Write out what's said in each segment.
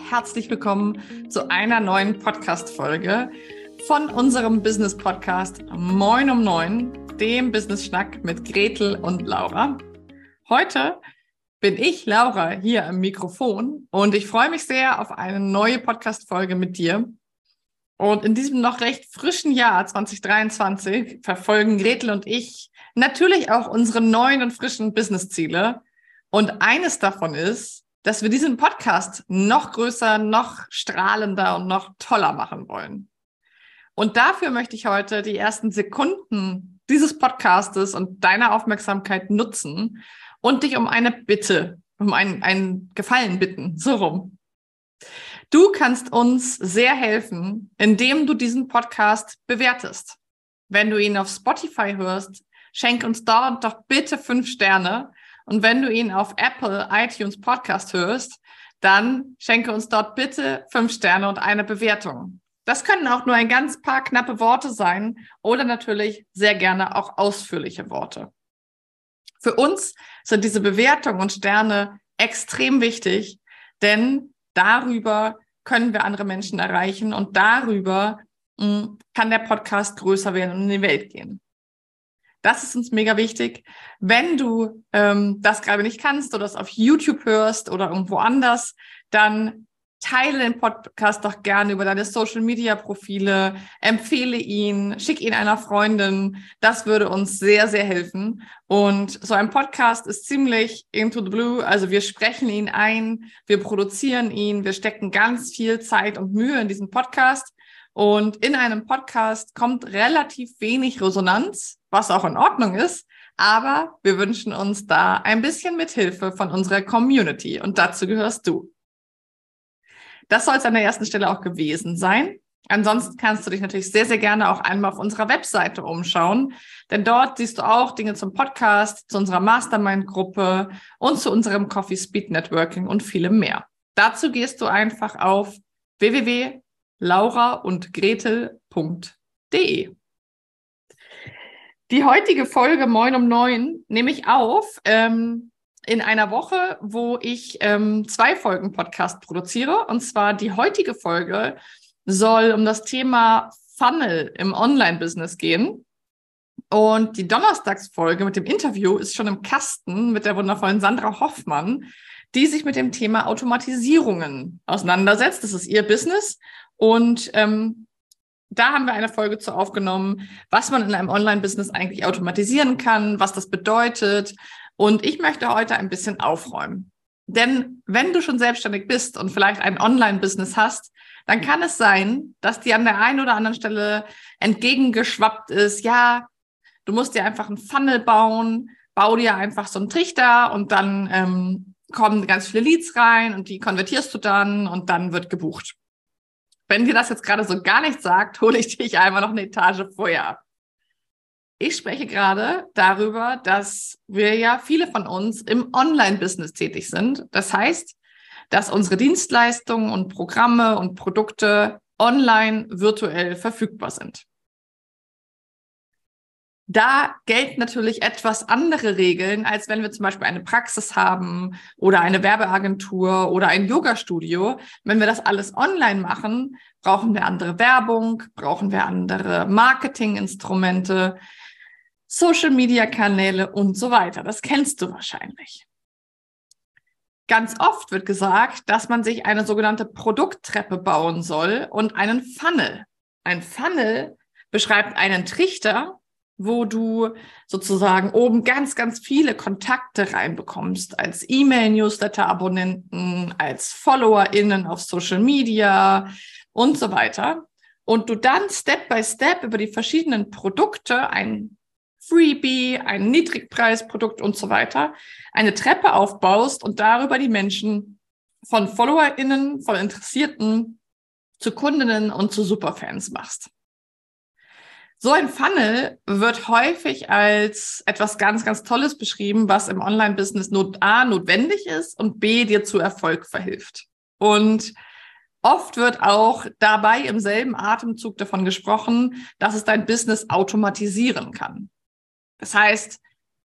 herzlich willkommen zu einer neuen Podcast-Folge von unserem Business-Podcast Moin um 9, dem Business-Schnack mit Gretel und Laura. Heute bin ich, Laura, hier am Mikrofon und ich freue mich sehr auf eine neue Podcast-Folge mit dir. Und in diesem noch recht frischen Jahr 2023 verfolgen Gretel und ich natürlich auch unsere neuen und frischen Business-Ziele. Und eines davon ist, dass wir diesen Podcast noch größer, noch strahlender und noch toller machen wollen. Und dafür möchte ich heute die ersten Sekunden dieses Podcastes und deiner Aufmerksamkeit nutzen und dich um eine Bitte, um einen Gefallen bitten, so rum. Du kannst uns sehr helfen, indem du diesen Podcast bewertest. Wenn du ihn auf Spotify hörst, schenk uns dort doch bitte 5 Sterne. Und wenn du ihn auf Apple iTunes Podcast hörst, dann schenke uns dort bitte 5 Sterne und eine Bewertung. Das können auch nur ein ganz paar knappe Worte sein oder natürlich sehr gerne auch ausführliche Worte. Für uns sind diese Bewertungen und Sterne extrem wichtig, denn darüber können wir andere Menschen erreichen und darüber kann der Podcast größer werden und in die Welt gehen. Das ist uns mega wichtig. Wenn du das gerade nicht kannst oder es auf YouTube hörst oder irgendwo anders, dann teile den Podcast doch gerne über deine Social-Media-Profile, empfehle ihn, schick ihn einer Freundin. Das würde uns sehr, sehr helfen. Und so ein Podcast ist ziemlich into the blue. Also wir sprechen ihn ein, wir produzieren ihn, wir stecken ganz viel Zeit und Mühe in diesen Podcast. Und in einem Podcast kommt relativ wenig Resonanz, was auch in Ordnung ist. Aber wir wünschen uns da ein bisschen Mithilfe von unserer Community. Und dazu gehörst du. Das soll es an der ersten Stelle auch gewesen sein. Ansonsten kannst du dich natürlich sehr, sehr gerne auch einmal auf unserer Webseite umschauen, denn dort siehst du auch Dinge zum Podcast, zu unserer Mastermind-Gruppe und zu unserem Coffee Speed Networking und vielem mehr. Dazu gehst du einfach auf www.lauraundgretel.de. Die heutige Folge Moin um 9 nehme ich auf in einer Woche, wo ich 2 Folgen Podcast produziere. Und zwar die heutige Folge soll um das Thema Funnel im Online-Business gehen. Und die Donnerstagsfolge mit dem Interview ist schon im Kasten mit der wundervollen Sandra Hoffmann, die sich mit dem Thema Automatisierungen auseinandersetzt. Das ist ihr Business. Und da haben wir eine Folge zu aufgenommen, was man in einem Online-Business eigentlich automatisieren kann, was das bedeutet. Und ich möchte heute ein bisschen aufräumen. Denn wenn du schon selbstständig bist und vielleicht ein Online-Business hast, dann kann es sein, dass dir an der einen oder anderen Stelle entgegengeschwappt ist, ja, du musst dir einfach einen Funnel bauen, bau dir einfach so einen Trichter und dann kommen ganz viele Leads rein und die konvertierst du dann und dann wird gebucht. Wenn dir das jetzt gerade so gar nichts sagt, hole ich dich einmal noch eine Etage vorher ab. Ich spreche gerade darüber, dass wir ja viele von uns im Online-Business tätig sind. Das heißt, dass unsere Dienstleistungen und Programme und Produkte online virtuell verfügbar sind. Da gelten natürlich etwas andere Regeln, als wenn wir zum Beispiel eine Praxis haben oder eine Werbeagentur oder ein Yoga-Studio. Wenn wir das alles online machen, brauchen wir andere Werbung, brauchen wir andere Marketinginstrumente, Social-Media-Kanäle und so weiter. Das kennst du wahrscheinlich. Ganz oft wird gesagt, dass man sich eine sogenannte Produkttreppe bauen soll und einen Funnel. Ein Funnel beschreibt einen Trichter, wo du sozusagen oben ganz, ganz viele Kontakte reinbekommst, als E-Mail-Newsletter-Abonnenten, als FollowerInnen auf Social Media und so weiter. Und du dann Step by Step über die verschiedenen Produkte, ein Freebie, ein Niedrigpreisprodukt und so weiter, eine Treppe aufbaust und darüber die Menschen von FollowerInnen, von Interessierten zu Kundinnen und zu Superfans machst. So ein Funnel wird häufig als etwas ganz, ganz Tolles beschrieben, was im Online-Business A notwendig ist und B dir zu Erfolg verhilft. Und oft wird auch dabei im selben Atemzug davon gesprochen, dass es dein Business automatisieren kann. Das heißt,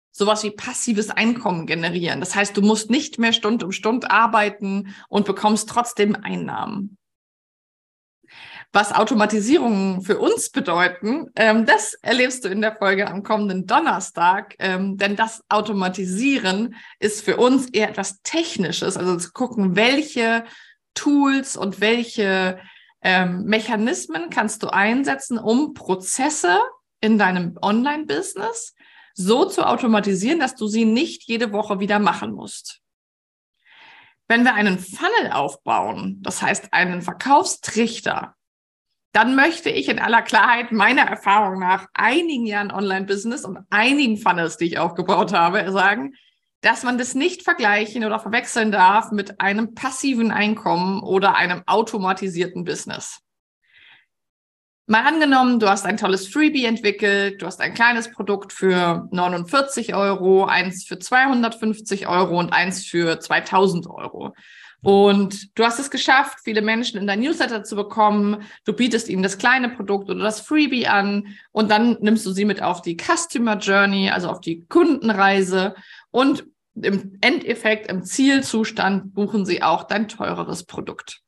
sowas wie passives Einkommen generieren. Das heißt, du musst nicht mehr Stunde um Stunde arbeiten und bekommst trotzdem Einnahmen. Was Automatisierungen für uns bedeuten, das erlebst du in der Folge am kommenden Donnerstag. Denn das Automatisieren ist für uns eher etwas Technisches. Also zu gucken, welche Tools und welche Mechanismen kannst du einsetzen, um Prozesse in deinem Online-Business so zu automatisieren, dass du sie nicht jede Woche wieder machen musst. Wenn wir einen Funnel aufbauen, das heißt einen Verkaufstrichter, dann möchte ich in aller Klarheit meiner Erfahrung nach einigen Jahren Online-Business und einigen Funnels, die ich aufgebaut habe, sagen, dass man das nicht vergleichen oder verwechseln darf mit einem passiven Einkommen oder einem automatisierten Business. Mal angenommen, du hast ein tolles Freebie entwickelt, du hast ein kleines Produkt für 49 €, eins für 250 € und eins für 2000 €. Und du hast es geschafft, viele Menschen in dein Newsletter zu bekommen. Du bietest ihnen das kleine Produkt oder das Freebie an und dann nimmst du sie mit auf die Customer Journey, also auf die Kundenreise, und im Endeffekt, im Zielzustand buchen sie auch dein teureres Produkt.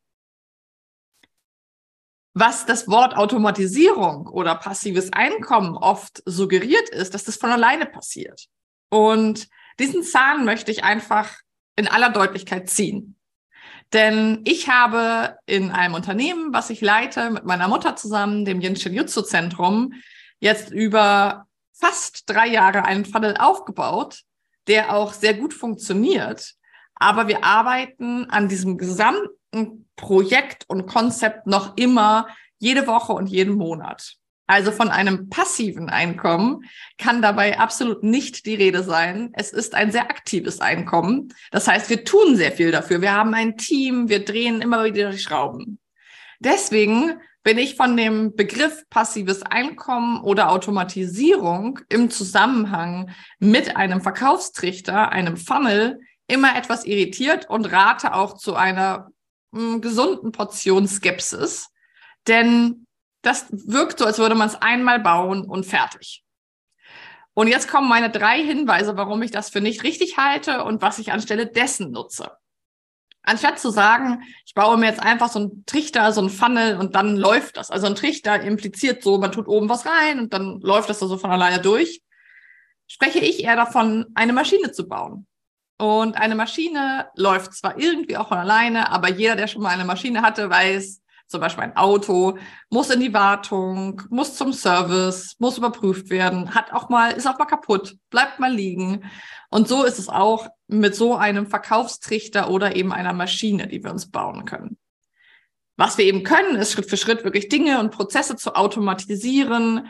Was das Wort Automatisierung oder passives Einkommen oft suggeriert ist, dass das von alleine passiert. Und diesen Zahn möchte ich einfach in aller Deutlichkeit ziehen. Denn ich habe in einem Unternehmen, was ich leite, mit meiner Mutter zusammen, dem Jinshin Jutsu Zentrum, jetzt über fast 3 Jahre einen Funnel aufgebaut, der auch sehr gut funktioniert. Aber wir arbeiten an diesem gesamten Projekt und Konzept noch immer jede Woche und jeden Monat. Also von einem passiven Einkommen kann dabei absolut nicht die Rede sein. Es ist ein sehr aktives Einkommen. Das heißt, wir tun sehr viel dafür. Wir haben ein Team, wir drehen immer wieder die Schrauben. Deswegen bin ich von dem Begriff passives Einkommen oder Automatisierung im Zusammenhang mit einem Verkaufstrichter, einem Funnel, immer etwas irritiert und rate auch zu einer gesunden Portion Skepsis. Denn das wirkt so, als würde man es einmal bauen und fertig. Und jetzt kommen meine 3 Hinweise, warum ich das für nicht richtig halte und was ich anstelle dessen nutze. Anstatt zu sagen, ich baue mir jetzt einfach so einen Trichter, so einen Funnel und dann läuft das. Also ein Trichter impliziert so, man tut oben was rein und dann läuft das da so von alleine durch. Spreche ich eher davon, eine Maschine zu bauen. Und eine Maschine läuft zwar irgendwie auch von alleine, aber jeder, der schon mal eine Maschine hatte, weiß, zum Beispiel ein Auto, muss in die Wartung, muss zum Service, muss überprüft werden, ist auch mal kaputt, bleibt mal liegen. Und so ist es auch mit so einem Verkaufstrichter oder eben einer Maschine, die wir uns bauen können. Was wir eben können, ist Schritt für Schritt wirklich Dinge und Prozesse zu automatisieren,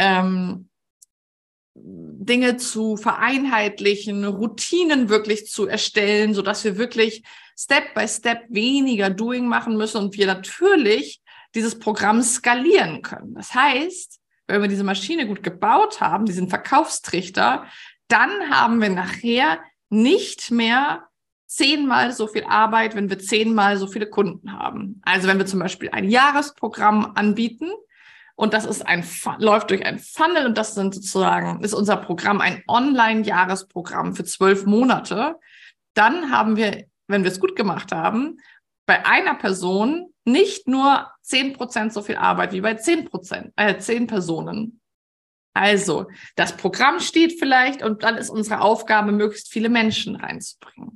Dinge zu vereinheitlichen, Routinen wirklich zu erstellen, sodass wir wirklich Step by Step weniger Doing machen müssen und wir natürlich dieses Programm skalieren können. Das heißt, wenn wir diese Maschine gut gebaut haben, diesen Verkaufstrichter, dann haben wir nachher nicht mehr 10-mal so viel Arbeit, wenn wir 10-mal so viele Kunden haben. Also wenn wir zum Beispiel ein Jahresprogramm anbieten und das ist läuft durch ein Funnel und das ist unser Programm ein Online-Jahresprogramm für 12 Monate, dann haben wir, wenn wir es gut gemacht haben, bei einer Person nicht nur 10% so viel Arbeit wie bei 10 Personen. Also, das Programm steht vielleicht und dann ist unsere Aufgabe, möglichst viele Menschen reinzubringen.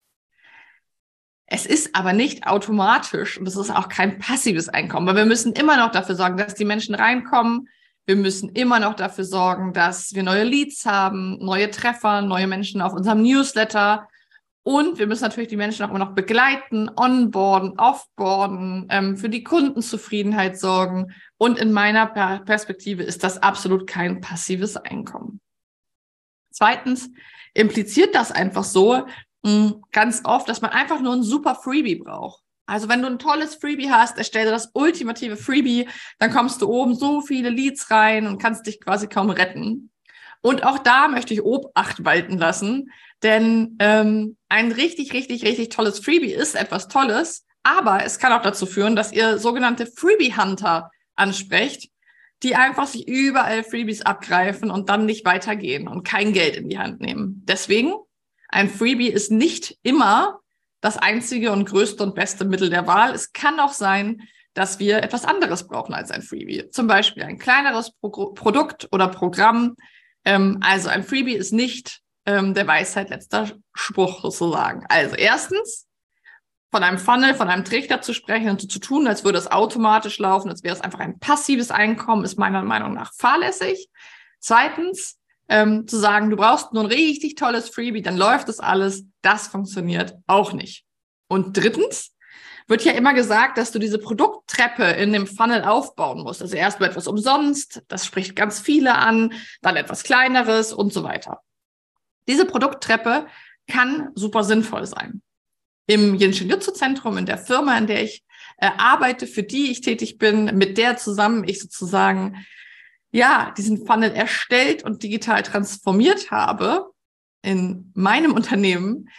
Es ist aber nicht automatisch und es ist auch kein passives Einkommen, weil wir müssen immer noch dafür sorgen, dass die Menschen reinkommen. Wir müssen immer noch dafür sorgen, dass wir neue Leads haben, neue Treffer, neue Menschen auf unserem Newsletter. Und wir müssen natürlich die Menschen auch immer noch begleiten, onboarden, offboarden, für die Kundenzufriedenheit sorgen. Und in meiner Perspektive ist das absolut kein passives Einkommen. Zweitens impliziert das einfach so ganz oft, dass man einfach nur ein super Freebie braucht. Also wenn du ein tolles Freebie hast, erstelle das ultimative Freebie, dann kommst du oben so viele Leads rein und kannst dich quasi kaum retten. Und auch da möchte ich Obacht walten lassen, denn ein richtig, richtig, richtig tolles Freebie ist etwas Tolles, aber es kann auch dazu führen, dass ihr sogenannte Freebie-Hunter ansprecht, die einfach sich überall Freebies abgreifen und dann nicht weitergehen und kein Geld in die Hand nehmen. Deswegen, ein Freebie ist nicht immer das einzige und größte und beste Mittel der Wahl. Es kann auch sein, dass wir etwas anderes brauchen als ein Freebie. Zum Beispiel ein kleineres Produkt oder Programm. Also ein Freebie ist nicht der Weisheit letzter Spruch sozusagen. Also erstens, von einem Funnel, von einem Trichter zu sprechen und so zu tun, als würde es automatisch laufen, als wäre es einfach ein passives Einkommen, ist meiner Meinung nach fahrlässig. Zweitens, zu sagen, du brauchst nur ein richtig tolles Freebie, dann läuft das alles, das funktioniert auch nicht. Und drittens, wird ja immer gesagt, dass du diese Produkttreppe in dem Funnel aufbauen musst. Also erst mal etwas umsonst, das spricht ganz viele an, dann etwas Kleineres und so weiter. Diese Produkttreppe kann super sinnvoll sein. Im Yin-Shin-Jutsu-Zentrum, in der Firma, in der ich arbeite, für die ich tätig bin, mit der zusammen ich sozusagen diesen Funnel erstellt und digital transformiert habe in meinem Unternehmen,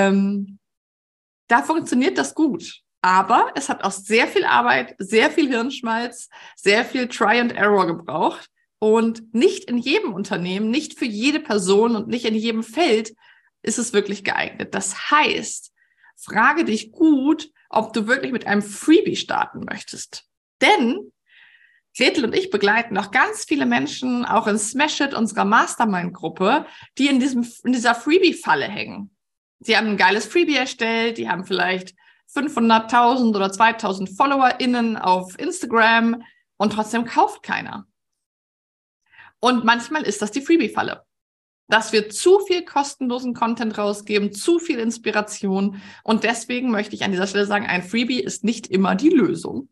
da funktioniert das gut. Aber es hat auch sehr viel Arbeit, sehr viel Hirnschmalz, sehr viel Try and Error gebraucht. Und nicht in jedem Unternehmen, nicht für jede Person und nicht in jedem Feld ist es wirklich geeignet. Das heißt, frage dich gut, ob du wirklich mit einem Freebie starten möchtest. Denn Gretel und ich begleiten auch ganz viele Menschen, auch in Smash It, unserer Mastermind-Gruppe, die in dieser Freebie-Falle hängen. Sie haben ein geiles Freebie erstellt, die haben vielleicht 500.000 oder 2.000 FollowerInnen auf Instagram und trotzdem kauft keiner. Und manchmal ist das die Freebie-Falle, dass wir zu viel kostenlosen Content rausgeben, zu viel Inspiration. Und deswegen möchte ich an dieser Stelle sagen, ein Freebie ist nicht immer die Lösung.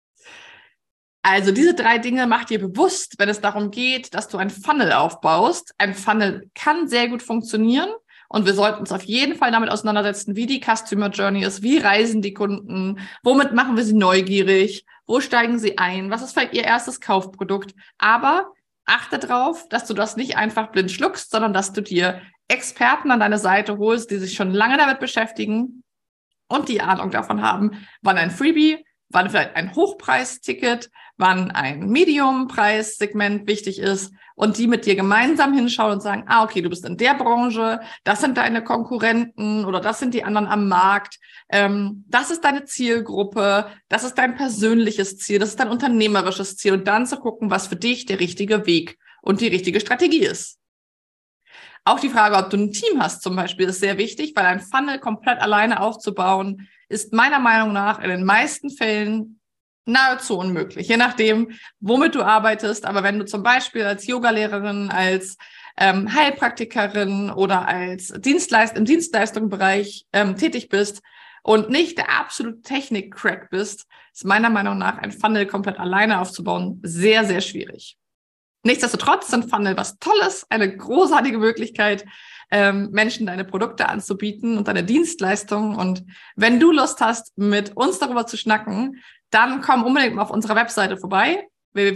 Also diese 3 Dinge mach dir bewusst, wenn es darum geht, dass du ein Funnel aufbaust. Ein Funnel kann sehr gut funktionieren und wir sollten uns auf jeden Fall damit auseinandersetzen, wie die Customer Journey ist, wie reisen die Kunden, womit machen wir sie neugierig, wo steigen sie ein, was ist vielleicht ihr erstes Kaufprodukt. Aber achte darauf, dass du das nicht einfach blind schluckst, sondern dass du dir Experten an deine Seite holst, die sich schon lange damit beschäftigen und die Ahnung davon haben, wann ein Freebie, wann vielleicht ein Hochpreisticket, wann ein Medium-Preissegment wichtig ist und die mit dir gemeinsam hinschauen und sagen, okay, du bist in der Branche, das sind deine Konkurrenten oder das sind die anderen am Markt, das ist deine Zielgruppe, das ist dein persönliches Ziel, das ist dein unternehmerisches Ziel und dann zu gucken, was für dich der richtige Weg und die richtige Strategie ist. Auch die Frage, ob du ein Team hast zum Beispiel, ist sehr wichtig, weil ein Funnel komplett alleine aufzubauen, ist meiner Meinung nach in den meisten Fällen nahezu unmöglich, je nachdem, womit du arbeitest. Aber wenn du zum Beispiel als Yogalehrerin, als Heilpraktikerin oder als im Dienstleistungsbereich tätig bist und nicht der absolute Technik-Crack bist, ist meiner Meinung nach ein Funnel komplett alleine aufzubauen sehr, sehr schwierig. Nichtsdestotrotz sind Funnel was Tolles, eine großartige Möglichkeit, Menschen deine Produkte anzubieten und deine Dienstleistungen. Und wenn du Lust hast, mit uns darüber zu schnacken, dann komm unbedingt mal auf unserer Webseite vorbei,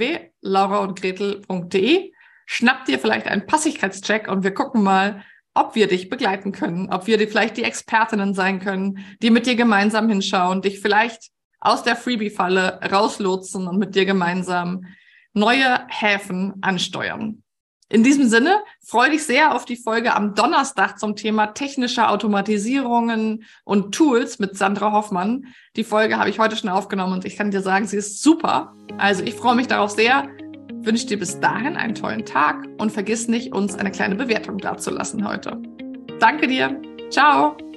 www.lauraundgretel.de. Schnapp dir vielleicht einen Passigkeitscheck und wir gucken mal, ob wir dich begleiten können, ob wir dir vielleicht die Expertinnen sein können, die mit dir gemeinsam hinschauen, dich vielleicht aus der Freebie-Falle rauslotsen und mit dir gemeinsam neue Häfen ansteuern. In diesem Sinne freue dich sehr auf die Folge am Donnerstag zum Thema technische Automatisierungen und Tools mit Sandra Hoffmann. Die Folge habe ich heute schon aufgenommen und ich kann dir sagen, sie ist super. Also ich freue mich darauf sehr, wünsche dir bis dahin einen tollen Tag und vergiss nicht, uns eine kleine Bewertung dazulassen heute. Danke dir. Ciao.